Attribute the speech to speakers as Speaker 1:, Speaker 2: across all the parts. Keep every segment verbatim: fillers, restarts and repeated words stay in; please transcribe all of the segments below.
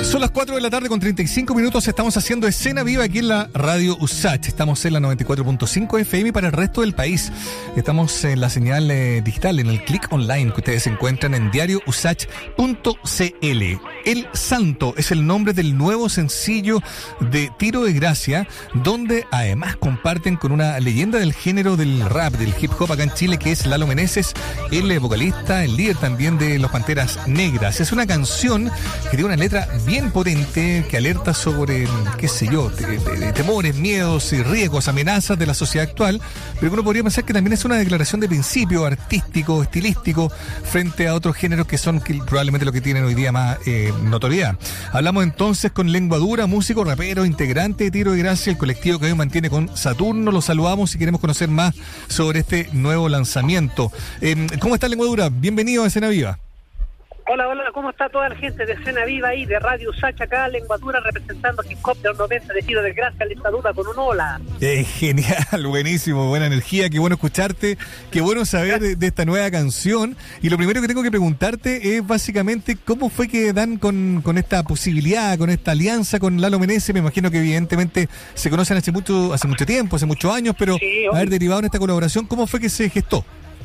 Speaker 1: Son las cuatro de la tarde con treinta y cinco minutos, estamos haciendo Escena Viva aquí en la Radio U S A C H. Estamos en la noventa y cuatro punto cinco F M para el resto del país. Estamos en la señal eh, digital, en el click online que ustedes encuentran en diario usach punto c l. El Santo es el nombre del nuevo sencillo de Tiro de Gracia, donde además comparten con una leyenda del género del rap, del hip hop acá en Chile, que es Lalo Meneses, el vocalista, el líder también de los Panteras Negras. Es una canción que tiene una letra bien potente, que alerta sobre, qué sé yo, de, de, de temores, miedos y riesgos, amenazas de la sociedad actual, pero que uno podría pensar que también es una declaración de principio artístico, estilístico, frente a otros géneros que son que probablemente lo que tienen hoy día más eh, notoriedad. Hablamos entonces con Lengua Dura, músico, rapero, integrante de Tiro de Gracia, el colectivo que hoy mantiene con Saturno. Lo saludamos y queremos conocer más sobre este nuevo lanzamiento. Eh, ¿Cómo está Lengua Dura? Bienvenido a Escena Viva.
Speaker 2: Hola, hola, ¿cómo está toda la gente de Escena Viva ahí, de Radio U S A C H acá, Lengua Dura, representando Hip Hop de los noventa de Tiro de Gracia, Lengua Dura con un hola?
Speaker 1: Eh, genial, buenísimo, buena energía, qué bueno escucharte, qué bueno saber de, de esta nueva canción. Y lo primero que tengo que preguntarte es básicamente cómo fue que dan con, con esta posibilidad, con esta alianza con Lalo Meneses. Me imagino que evidentemente se conocen hace mucho, hace mucho tiempo, hace muchos años, pero sí, haber derivado en esta colaboración, ¿cómo fue que se gestó?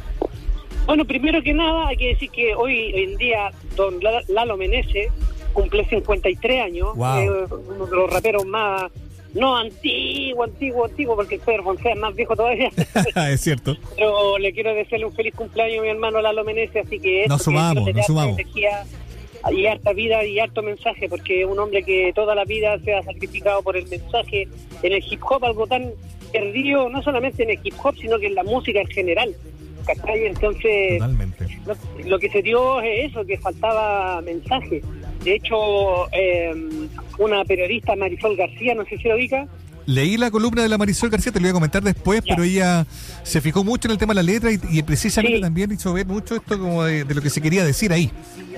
Speaker 2: Bueno, primero que nada hay que decir que hoy en día don Lalo Meneses cumple cincuenta y tres años,
Speaker 1: wow.
Speaker 2: eh, uno de los raperos más, no antiguo, antiguo, antiguo, porque el Pedro Fonseca es más viejo todavía.
Speaker 1: Es cierto.
Speaker 2: Pero le quiero desearle un feliz cumpleaños a mi hermano Lalo Meneses, así que
Speaker 1: nos sumamos, nos sumamos.
Speaker 2: Energía y harta vida y harto mensaje, porque es un hombre que toda la vida se ha sacrificado por el mensaje en el hip hop, algo tan perdido, no solamente en el hip hop, sino que en la música en general. ¿Cachai? Entonces, lo, lo que se dio es eso, que faltaba mensaje. De hecho, eh, una periodista, Marisol García, no sé si lo ubica.
Speaker 1: Leí la columna de la Marisol García, te lo voy a comentar después, ya. Pero ella se fijó mucho en el tema de la letra y, y precisamente sí. También hizo ver mucho esto como de, de lo que se quería decir ahí.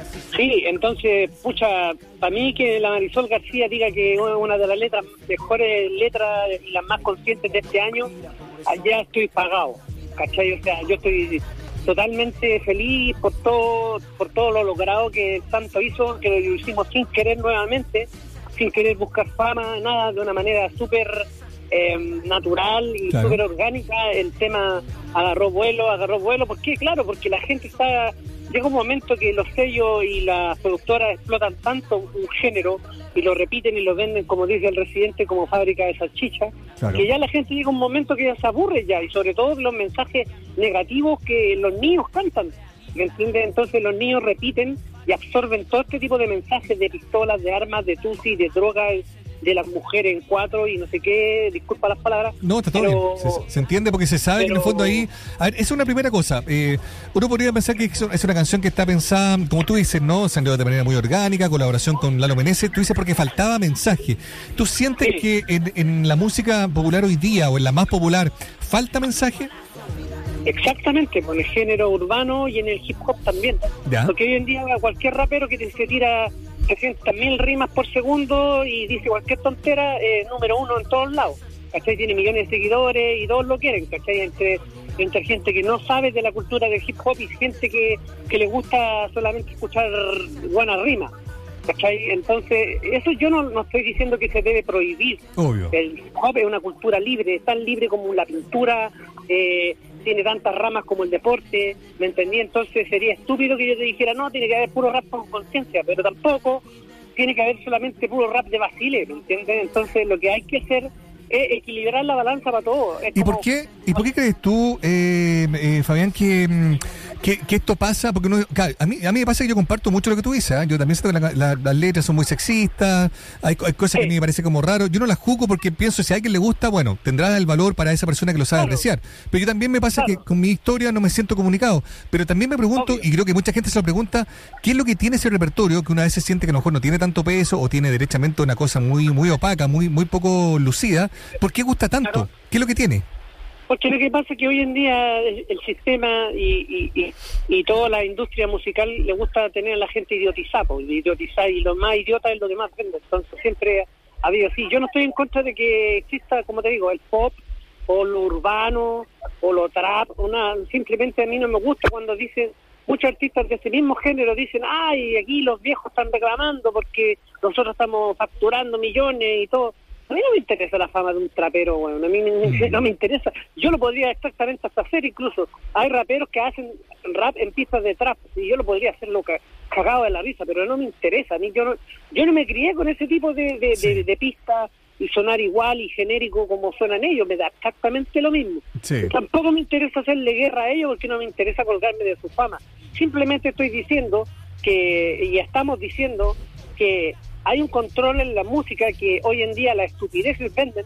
Speaker 2: Sí, entonces, pucha, para mí que la Marisol García diga que una de las letras, mejores letras y las más conscientes de este año, allá estoy pagado. ¿Cachai? O sea, yo estoy totalmente feliz por todo por todo lo logrado que el Santo hizo, que lo hicimos sin querer nuevamente, sin querer buscar fama, nada, de una manera súper eh, natural y claro. Súper orgánica. El tema agarró vuelo, agarró vuelo. ¿Por qué? Claro, porque la gente está... Llega un momento que los sellos y las productoras explotan tanto un género y lo repiten y lo venden, como dice el Residente, como fábrica de salchicha, claro. Que ya la gente llega un momento que ya se aburre ya, y sobre todo los mensajes negativos que los niños cantan, ¿me entiendes? Entonces los niños repiten y absorben todo este tipo de mensajes de pistolas, de armas, de tusi, de drogas, de las mujeres en cuatro y no sé qué, disculpa las palabras.
Speaker 1: No, está todo pero, bien, se, se entiende porque se sabe pero, que en el fondo ahí... A ver, es una primera cosa, eh, uno podría pensar que es una canción que está pensada, como tú dices, ¿no? Salió de manera muy orgánica, colaboración con Lalo Meneses, tú dices porque faltaba mensaje. ¿Tú sientes sí. que en, en la música popular hoy día, o en la más popular, falta mensaje?
Speaker 2: Exactamente, por el género urbano y en el hip hop también. ¿Ya? Porque hoy en día cualquier rapero que se tira trescientas mil rimas por segundo y dice cualquier tontera, eh, número uno en todos lados, ¿cachai? Tiene millones de seguidores y todos lo quieren, ¿cachai? Entre, entre gente que no sabe de la cultura del hip hop y gente que, que le gusta solamente escuchar buenas rimas, ¿cachai? Entonces, eso yo no, no estoy diciendo que se debe prohibir.
Speaker 1: Obvio.
Speaker 2: El hip hop es una cultura libre, tan libre como la pintura, eh, tiene tantas ramas como el deporte, ¿me entendí? Entonces sería estúpido que yo te dijera, no, tiene que haber puro rap con conciencia, pero tampoco tiene que haber solamente puro rap de vacile, ¿me entiendes? Entonces lo que hay que hacer es equilibrar la balanza para todo. Es
Speaker 1: ¿Y
Speaker 2: como...
Speaker 1: por qué y por qué crees tú, eh, eh, Fabián, que, que, que esto pasa? Porque uno, claro, a mí a mí me pasa que yo comparto mucho lo que tú dices, ¿eh? Yo también siento que la, la, las letras son muy sexistas, hay, hay cosas sí. que a mí me parece como raro. Yo no las juzgo porque pienso, si a alguien le gusta, bueno, tendrá el valor para esa persona que lo sabe claro. apreciar. Pero yo también me pasa claro. que con mi historia no me siento comunicado. Pero también me pregunto, Obvio. y creo que mucha gente se lo pregunta, ¿qué es lo que tiene ese repertorio que una vez se siente que a lo mejor no tiene tanto peso o tiene derechamente una cosa muy muy opaca, muy muy poco lucida? ¿Por qué gusta tanto? Claro. ¿Qué es lo que tiene?
Speaker 2: Porque lo que pasa es que hoy en día el, el sistema y, y, y, y toda la industria musical le gusta tener a la gente idiotizada, pues, idiotizada, y lo más idiota es lo que más vende. Entonces siempre ha habido así. Yo no estoy en contra de que exista, como te digo, el pop o lo urbano o lo trap, una, simplemente a mí no me gusta cuando dicen muchos artistas de ese mismo género dicen, ay, aquí los viejos están reclamando porque nosotros estamos facturando millones y todo. A mí no me interesa la fama de un trapero, bueno, a mí mm. no me interesa. Yo lo podría exactamente hasta hacer incluso. Hay raperos que hacen rap en pistas de trap y yo lo podría hacer loca, cagado de la risa, pero no me interesa. A mí yo no, yo no me crié con ese tipo de, de, sí. de, de pistas y sonar igual y genérico como suenan ellos, me da exactamente lo mismo. Sí. Tampoco me interesa hacerle guerra a ellos porque no me interesa colgarme de su fama. Simplemente estoy diciendo que, y estamos diciendo que hay un control en la música, que hoy en día las estupideces venden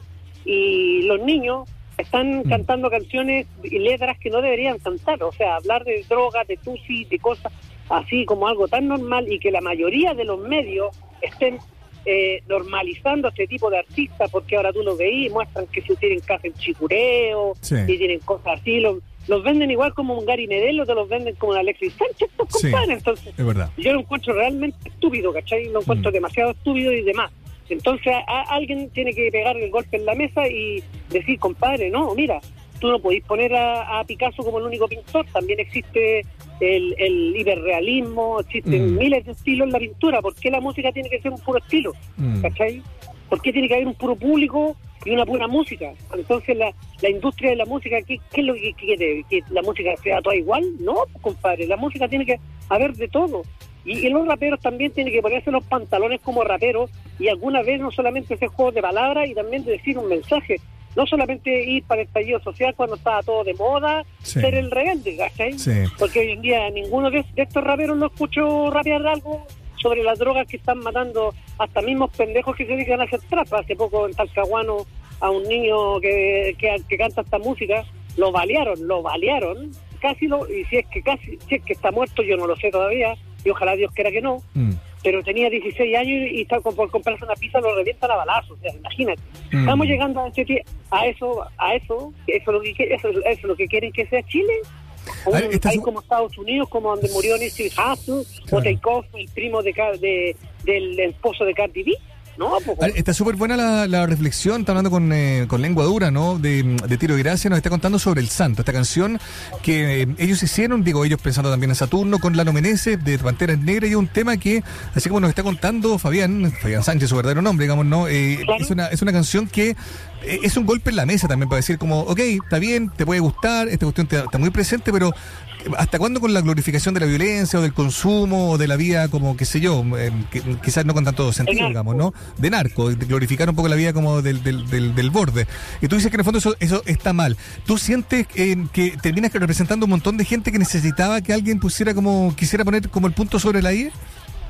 Speaker 2: y los niños están mm. cantando canciones y letras que no deberían cantar, o sea, hablar de drogas, de tusi, de cosas así como algo tan normal, y que la mayoría de los medios estén eh, normalizando este tipo de artistas, porque ahora tú lo veís, muestran que se tienen casa en chicureo, sí. y tienen cosas así, los, los venden igual como un Gary Medel, o te los venden como un Alexis Sánchez, pues, sí, compadre. Entonces,
Speaker 1: es verdad.
Speaker 2: Yo lo encuentro realmente estúpido, ¿cachai? Lo encuentro mm. demasiado estúpido y demás. Entonces a, a alguien tiene que pegar el golpe en la mesa y decir, compadre, no, mira, tú no podís poner a, a Picasso como el único pintor, también existe el, el hiperrealismo, existen mm. miles de estilos en la pintura. ¿Por qué la música tiene que ser un puro estilo? Mm. ¿Cachai? ¿Por qué tiene que haber un puro público y una pura música? Entonces la, la industria de la música, ¿qué, qué es lo que quiere? ¿Que la música sea toda igual? No, pues, compadre, la música tiene que haber de todo. Y, y los raperos también tienen que ponerse los pantalones como raperos, y alguna vez no solamente hacer juegos de palabras y también de decir un mensaje. No solamente ir para el estallido social cuando estaba todo de moda, sí. ser el rebelde, ¿cachai? Sí. Porque hoy en día ninguno de, de estos raperos no escuchó rapear algo sobre las drogas que están matando hasta mismos pendejos que se dedican a hacer trap. Hace poco en Talcahuano a un niño que, que, que canta esta música, lo balearon, lo balearon, casi lo, y si es que casi, si es que está muerto, yo no lo sé todavía, y ojalá Dios quiera que no, mm. pero tenía dieciséis años y está por comprarse una pizza, lo revientan a balazos, o sea, imagínate. Mm. Estamos llegando a, este, a eso, a eso, eso es lo que eso, eso es lo que quieren que sea Chile. O un país su... como Estados Unidos, como donde murió Nipsey Hussle, claro. o Takeoff, el primo de, de del esposo de Cardi B. No, pues,
Speaker 1: está súper buena la, la reflexión, está hablando con, eh, con lengua dura, ¿no? De, de Tiro y Gracia, nos está contando sobre El Santo, esta canción que eh, ellos hicieron, digo, ellos pensando también en Saturno, con Lano Meneses, de Panteras Negras, y un tema que, así como nos está contando Fabián, Fabián Sánchez, su verdadero nombre, digamos, ¿no? Eh, claro. es, una, es una canción que eh, es un golpe en la mesa también, para decir como, ok, está bien, te puede gustar, esta cuestión te, está muy presente, pero ¿hasta cuándo con la glorificación de la violencia o del consumo o de la vida como, qué sé yo, eh, que, quizás no con tanto sentido, digamos, ¿no? De narco, de glorificar un poco la vida como del, del, del, del borde. Y tú dices que en el fondo eso, eso está mal. ¿Tú sientes eh, que terminas representando un montón de gente que necesitaba que alguien pusiera como, quisiera poner como el punto sobre la I?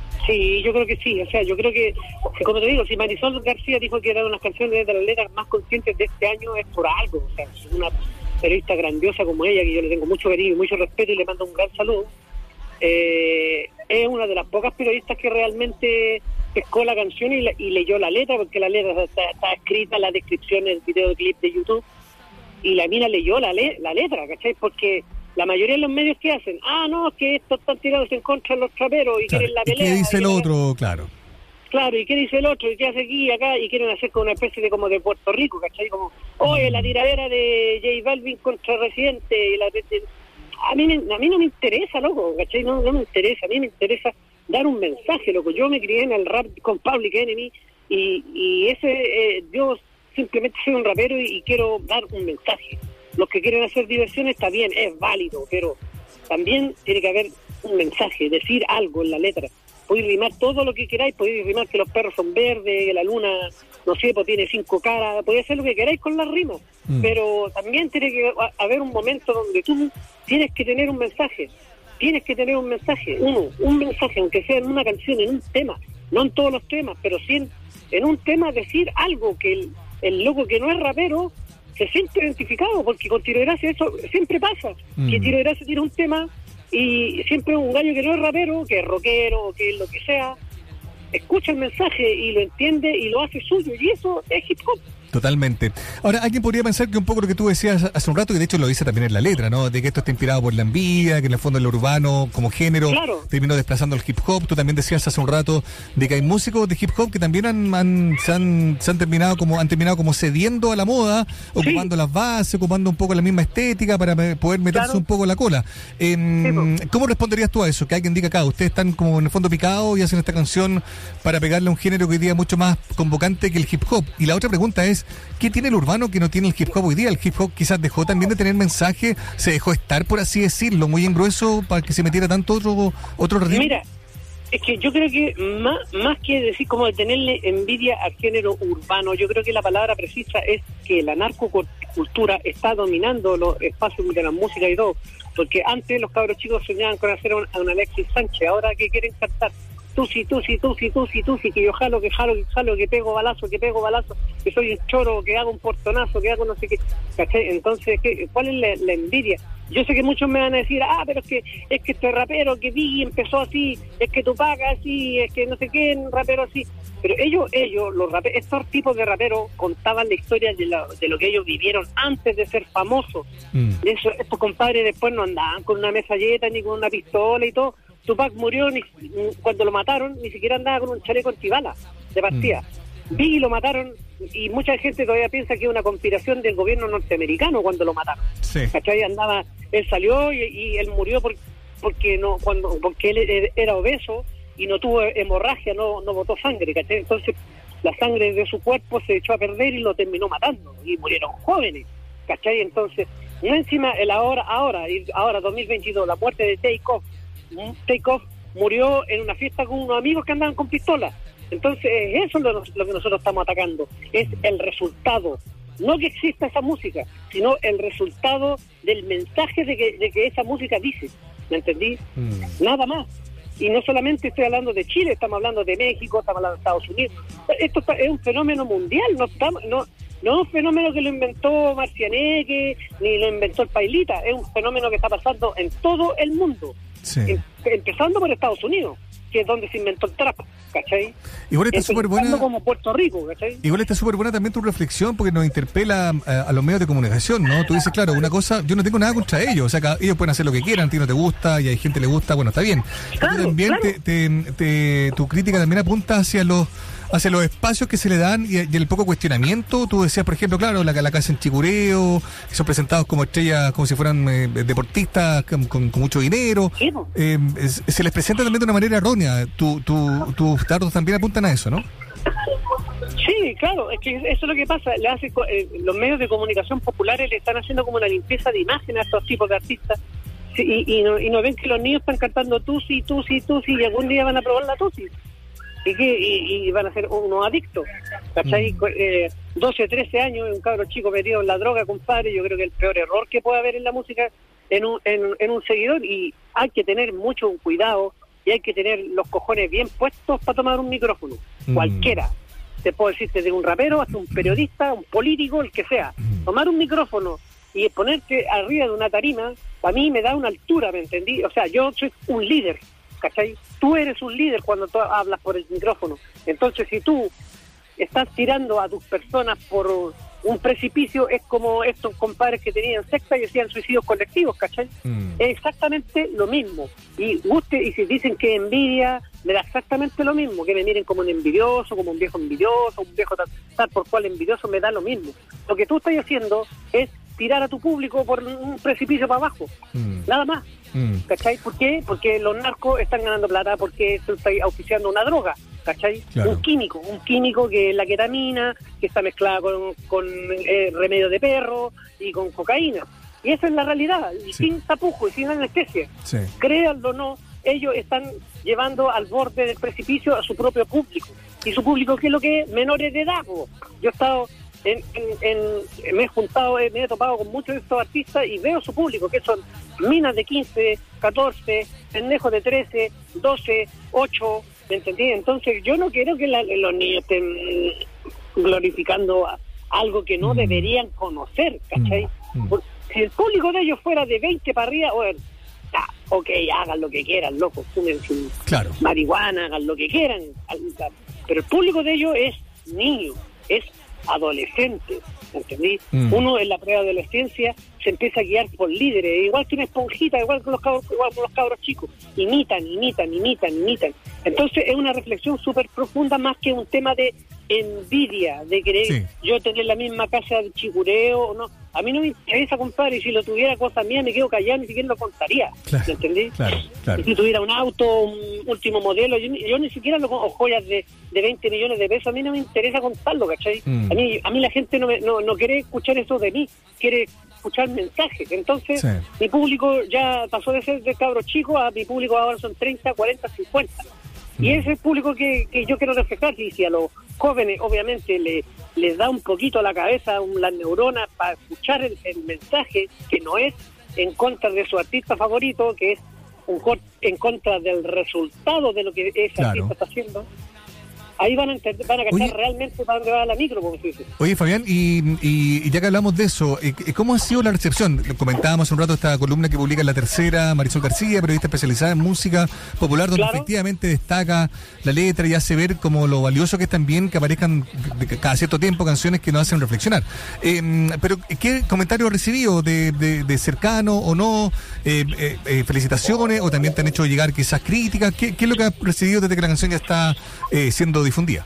Speaker 2: Sí, yo creo que sí, o sea, yo creo que, como te digo, si Marisol García dijo que eran unas canciones de las letras más conscientes de este año, es por algo, o sea, es una periodista grandiosa como ella, que yo le tengo mucho cariño y mucho respeto y le mando un gran saludo. Eh, es una de las pocas periodistas que realmente pescó la canción y, la, y leyó la letra, porque la letra está, está escrita en la descripción del videoclip de YouTube, y la mina leyó la, le, la letra, ¿cachai? Porque la mayoría de los medios que hacen, ah, no, que estos están tirados en contra de los traperos y claro. quieren la pelea.
Speaker 1: ¿Y qué dice el otro? Claro.
Speaker 2: Claro, ¿y qué dice el otro? ¿Y qué hace aquí y acá? Y quieren hacer como una especie de como de Puerto Rico, ¿cachai? Como, oye, la tiradera de J Balvin contra Residente. Y la, de, a, mí, a mí no me interesa, loco, ¿cachai? No, no me interesa, a mí me interesa dar un mensaje, loco. Yo me crié en el rap con Public Enemy y, y ese, eh, yo simplemente soy un rapero y, y quiero dar un mensaje. Los que quieren hacer diversión está bien, es válido, pero también tiene que haber un mensaje, decir algo en la letra. Podéis rimar todo lo que queráis, podéis rimar que los perros son verdes, que la luna, no sé, pues tiene cinco caras, podéis hacer lo que queráis con las rimas, mm. pero también tiene que haber un momento donde tú tienes que tener un mensaje, tienes que tener un mensaje, uno, un mensaje, aunque sea en una canción, en un tema, no en todos los temas, pero sí en, en un tema decir algo que el, el loco que no es rapero se siente identificado, porque con Tiro de Gracia eso siempre pasa, mm. que Tiro de Gracia tiene un tema y siempre un gallo que no es rapero, que es rockero, que es lo que sea, escucha el mensaje y lo entiende y lo hace suyo, y eso es hip hop.
Speaker 1: Totalmente. Ahora, alguien podría pensar que un poco lo que tú decías hace un rato, y de hecho lo dice también en la letra, ¿no? De que esto está inspirado por la envidia, que en el fondo el urbano como género
Speaker 2: claro.
Speaker 1: terminó desplazando el hip hop. Tú también decías hace un rato de que hay músicos de hip hop que también han, han- se, han, se han terminado como han terminado como cediendo a la moda, ocupando
Speaker 2: Sí.
Speaker 1: las bases, ocupando un poco la misma estética para me- poder meterse
Speaker 2: Claro.
Speaker 1: un poco la cola. Em,
Speaker 2: Sí,
Speaker 1: ¿Cómo responderías tú a eso? Que alguien diga acá, ustedes están como en el fondo picados y hacen esta canción para pegarle a un género que hoy día es mucho más convocante que el hip hop. Y la otra pregunta es, ¿qué tiene el urbano que no tiene el hip hop hoy día? El hip hop quizás dejó también de tener mensaje, se dejó estar, por así decirlo, muy en grueso para que se metiera tanto otro otro ritmo.
Speaker 2: Mira, es que yo creo que más, más que decir como de tenerle envidia al género urbano, yo creo que la palabra precisa es que la narcocultura está dominando los espacios de la música y todo, porque antes los cabros chicos soñaban con hacer a un, a un Alexis Sánchez, ahora que quieren cantar tusi, tusi, tusi, tusi, tusi, que yo jalo, que jalo, que jalo, que pego balazo, que pego balazo, que soy un choro, que hago un portonazo, que hago no sé qué, ¿cachai? Entonces, ¿qué, ¿cuál es la, la envidia? Yo sé que muchos me van a decir, ah, pero es que es que este rapero que vi empezó así, es que Tupac así, es que no sé qué, un rapero así. Pero ellos, ellos, los raperos, estos tipos de raperos contaban la historia de, la, de lo que ellos vivieron antes de ser famosos.
Speaker 1: Mm.
Speaker 2: De eso, estos compadres después no andaban con una mesalleta ni con una pistola y todo. Tupac murió ni, cuando lo mataron, ni siquiera andaba con un chaleco antibalas de partida. Mm. Biggie lo mataron y mucha gente todavía piensa que es una conspiración del gobierno norteamericano cuando lo mataron.
Speaker 1: Sí.
Speaker 2: ¿Cachai? Andaba, él salió y, y él murió por, porque no cuando porque él era obeso y no tuvo hemorragia, no no botó sangre, ¿cachai? Entonces la sangre de su cuerpo se echó a perder y lo terminó matando y murieron jóvenes, ¿cachai? Entonces, no encima el ahora, ahora, y ahora dos mil veintidós, la muerte de Takeoff. Takeoff murió en una fiesta con unos amigos que andaban con pistolas. Entonces, eso es lo, lo que nosotros estamos atacando, es el resultado. No que exista esa música, sino el resultado del mensaje de que, de que esa música dice. ¿Me entendí? Mm. Nada más. Y no solamente estoy hablando de Chile, estamos hablando de México, estamos hablando de Estados Unidos. Esto está, es un fenómeno mundial, no estamos, no, no es un fenómeno que lo inventó Marcianeque, ni lo inventó el Pailita, es un fenómeno que está pasando en todo el mundo.
Speaker 1: Sí.
Speaker 2: Em, empezando por Estados Unidos, que es donde se inventó el trap, ¿cachai?
Speaker 1: Igual está súper buena.
Speaker 2: Como Puerto Rico, ¿cachai?
Speaker 1: Igual está súper buena también tu reflexión porque nos interpela a, a los medios de comunicación, ¿no? Tú dices, claro, una cosa, yo no tengo nada contra ellos, o sea, cada, ellos pueden hacer lo que quieran, a ti no te gusta y hay gente que le gusta, bueno, está bien.
Speaker 2: Claro,
Speaker 1: Pero también
Speaker 2: claro.
Speaker 1: te, te, te, tu crítica también apunta hacia los hacia los espacios que se le dan y, y el poco cuestionamiento. Tú decías, por ejemplo, claro, la, la casa en Chicureo, que son presentados como estrellas, como si fueran eh, deportistas con, con, con mucho dinero.
Speaker 2: Sí, no.
Speaker 1: Eh, es, se les presenta también de una manera errónea. Tu, tu, tus dardos también apuntan a eso, ¿no?
Speaker 2: Sí, claro, es que eso es lo que pasa. Le hace, eh, los medios de comunicación populares le están haciendo como una limpieza de imagen a estos tipos de artistas. Sí, y, y, no, y no ven que los niños están cantando tusi, tusi, tusi, y algún día van a probar la tusi. Y, que, y, y van a ser unos adictos, ¿cachai? Mm. Eh, doce, trece años, un cabro chico metido en la droga, compadre, yo creo que el peor error que puede haber en la música en un, en, en un seguidor, y hay que tener mucho cuidado y hay que tener los cojones bien puestos para tomar un micrófono, mm. cualquiera. Te puedo decir desde un rapero hasta un periodista, un político, el que sea. Mm. Tomar un micrófono y ponerte arriba de una tarima, para mí me da una altura, ¿me entendí? O sea, yo soy un líder, ¿cachai? Tú eres un líder cuando tú hablas por el micrófono. Entonces, si tú estás tirando a tus personas por un precipicio, es como estos compadres que tenían secta y hacían suicidios colectivos, ¿cachai? Mm. Es exactamente lo mismo. Y guste, y si dicen que envidia, me da exactamente lo mismo, que me miren como un envidioso, como un viejo envidioso, un viejo tal, tal por cual envidioso, me da lo mismo. Lo que tú estás haciendo es tirar a tu público por un precipicio para abajo, mm. nada más. Mm. ¿Cachai? ¿Por qué? Porque los narcos están ganando plata porque se está auspiciando una droga, ¿cachai? Claro. Un químico, un químico que es la ketamina, que está mezclada con, con eh, remedio de perro y con cocaína. Y esa es la realidad, y sí. sin tapujo y sin anestesia. Sí. Créanlo o no, ellos están llevando al borde del precipicio a su propio público. ¿Y su público qué es lo que es? Menores de edad. Po. Yo he estado... En, en, en, me he juntado, me he topado con muchos de estos artistas y veo su público, que son minas de quince, catorce, pendejos de trece, doce, ocho, ¿me entendí? Entonces yo no quiero que la, los niños estén glorificando a algo que no mm. deberían conocer, ¿cachai? Mm. Porque si el público de ellos fuera de veinte para arriba, bueno, ah, ok, hagan lo que quieran, loco, fumen su
Speaker 1: claro.
Speaker 2: marihuana, hagan lo que quieran, pero el público de ellos es niño, es adolescentes, ¿entendí?
Speaker 1: Mm.
Speaker 2: Uno en la preadolescencia se empieza a guiar por líderes, igual que una esponjita, igual que los cabros, igual que los cabros chicos, imitan, imitan, imitan, imitan. Entonces es una reflexión súper profunda, más que un tema de envidia, de querer
Speaker 1: Sí.
Speaker 2: yo tener la misma casa de chicureo, no. A mí no me interesa, compadre, y si lo tuviera cosa mía me quedo callado, ni siquiera lo contaría,
Speaker 1: Claro,
Speaker 2: ¿me entendí?
Speaker 1: claro, claro.
Speaker 2: Y si tuviera un auto, un último modelo, yo, yo ni siquiera lo o joyas de, de veinte millones de pesos, a mí no me interesa contarlo, ¿cachai?
Speaker 1: Mm.
Speaker 2: A mí a mí la gente no, me, no no quiere escuchar eso de mí, quiere escuchar mensajes. Entonces,
Speaker 1: Sí.
Speaker 2: mi público ya pasó de ser de cabros chicos a mi público ahora son treinta, cuarenta, cincuenta. Y
Speaker 1: Mm.
Speaker 2: ese es el público que, que yo quiero reflejar. Y si a los jóvenes, obviamente, le, les da un poquito a la cabeza, un, las neuronas, para escuchar el, el mensaje, que no es en contra de su artista favorito, que es un cor- en contra del resultado de lo que ese
Speaker 1: Claro.
Speaker 2: artista está haciendo, ahí van a entender, van a cachar
Speaker 1: Oye.
Speaker 2: realmente para dónde va la micro, como se dice.
Speaker 1: Oye, Fabián, y, y- y ya que hablamos de eso, eh, ¿cómo ha sido la recepción? Lo comentábamos hace un rato esta columna que publica en La Tercera, Marisol García, periodista especializada en música popular, donde
Speaker 2: Claro.
Speaker 1: efectivamente destaca la letra y hace ver como lo valioso que es también que aparezcan de- de- cada cierto tiempo canciones que nos hacen reflexionar. Eh, pero, ¿qué comentario has recibido de, de, de cercano o no? Eh, eh, eh, ¿Felicitaciones o también te han hecho llegar quizás críticas? ¿Qué, qué es lo que has recibido desde que la canción ya está eh, siendo difundida?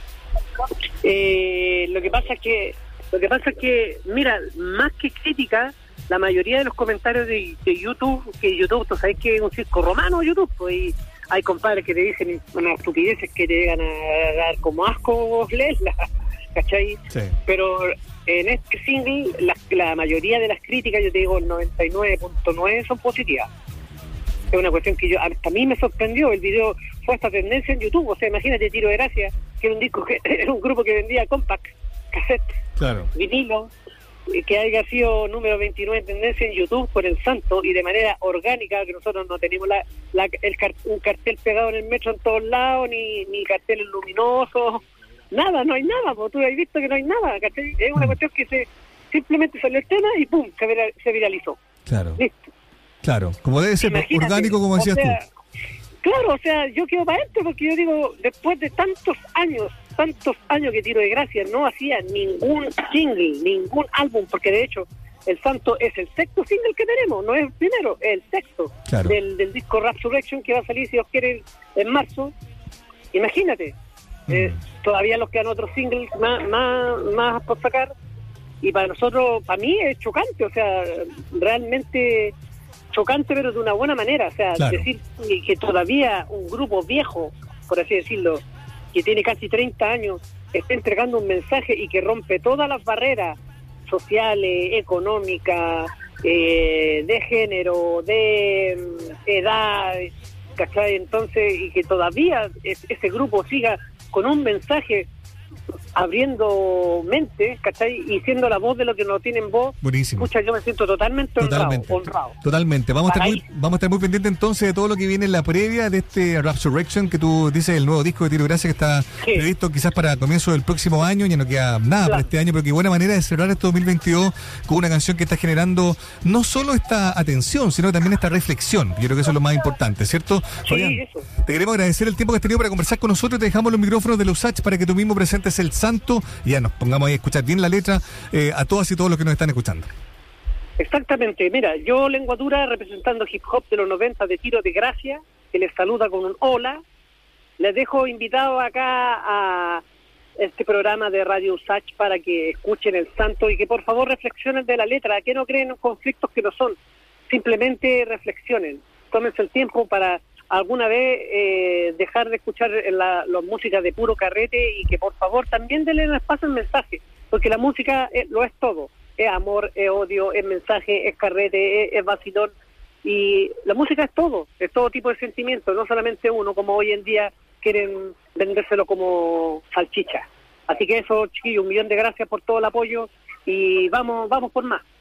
Speaker 2: Eh, lo que pasa es que, lo que pasa es que, mira, más que crítica, la mayoría de los comentarios de, de YouTube, que YouTube, tú sabes que es un circo romano YouTube, pues, y hay compadres que te dicen unas estupideces que te llegan a dar como asco leerlas, ¿cachai?
Speaker 1: Sí.
Speaker 2: Pero en este single, la, la mayoría de las críticas, yo te digo, el noventa y nueve punto nueve son positivas. Es una cuestión que yo hasta a mí me sorprendió. El video fue hasta tendencia en YouTube. O sea, imagínate, Tiro de Gracia, que era un disco que era un grupo que vendía compact, cassette,
Speaker 1: Claro.
Speaker 2: vinilo, eh, que haya sido número veintinueve en tendencia en YouTube por el santo y de manera orgánica, que nosotros no tenemos la, la el car- un cartel pegado en el metro en todos lados, ni, ni carteles luminosos, nada, no hay nada, porque tú has visto que no hay nada, ¿cachai? Es una
Speaker 1: Mm.
Speaker 2: cuestión que se simplemente salió el tema y pum, se, vira- se viralizó.
Speaker 1: Claro.
Speaker 2: Listo.
Speaker 1: Claro, como debe ser,
Speaker 2: Imagínate,
Speaker 1: orgánico, como decías
Speaker 2: o sea,
Speaker 1: tú.
Speaker 2: Claro, o sea, yo quedo para esto porque yo digo, después de tantos años, tantos años que Tiro de Gracia no hacía ningún single, ningún álbum, porque de hecho el Santo es el sexto single que tenemos, no es el primero, es el sexto
Speaker 1: Claro.
Speaker 2: del, del disco Rapsurrection que va a salir, si Dios quiere, en marzo. Imagínate,
Speaker 1: Mm.
Speaker 2: eh, todavía nos quedan otros singles más, más, más por sacar, y para nosotros, para mí es chocante, o sea, realmente chocante, pero de una buena manera, o sea,
Speaker 1: Claro.
Speaker 2: decir que, que todavía un grupo viejo, por así decirlo, que tiene casi treinta años, está entregando un mensaje y que rompe todas las barreras sociales, económicas, eh, de género, de mm, edad, ¿cachai? Entonces, y que todavía es- ese grupo siga con un mensaje abriendo mente, ¿cachai? Y siendo la voz de lo que no tienen voz.
Speaker 1: Buenísimo.
Speaker 2: Escucha, yo me siento totalmente honrado,
Speaker 1: Totalmente.
Speaker 2: honrado.
Speaker 1: Totalmente. Vamos a, estar muy,
Speaker 2: Paraíso.
Speaker 1: vamos a estar muy pendientes entonces de todo lo que viene en la previa de este Rapsurrection, que tú dices, el nuevo disco de Tiro de Gracia que está
Speaker 2: Sí.
Speaker 1: previsto quizás para comienzo del próximo año. Ya no queda nada
Speaker 2: Claro.
Speaker 1: para este año, pero qué buena manera de cerrar este dos mil veintidós con una canción que está generando no solo esta atención, sino también esta reflexión. Yo creo que eso es lo más importante, ¿cierto?
Speaker 2: Sí,
Speaker 1: Fabián,
Speaker 2: eso.
Speaker 1: te queremos agradecer el tiempo que has tenido para conversar con nosotros. Te dejamos los micrófonos de los U S A C H para que tú mismo presentes el santo y ya nos pongamos ahí a escuchar bien la letra eh, a todas y todos los que nos están escuchando.
Speaker 2: Exactamente, mira, yo Lengua Dura representando hip hop de los noventa de Tiro de Gracia, que les saluda con un hola. Les dejo invitado acá a este programa de Radio U S A C H para que escuchen el santo y que por favor reflexionen de la letra, que no creen en conflictos que no son, simplemente reflexionen, tómense el tiempo para alguna vez eh, dejar de escuchar la, la música de puro carrete y que por favor también denle un espacio al mensaje, porque la música eh, lo es todo, es amor, es odio, es mensaje, es carrete, es, es vacilón, y la música es todo, es todo tipo de sentimientos, no solamente uno, como hoy en día quieren vendérselo como salchicha. Así que eso, chiquillos, un millón de gracias por todo el apoyo y vamos, vamos por más.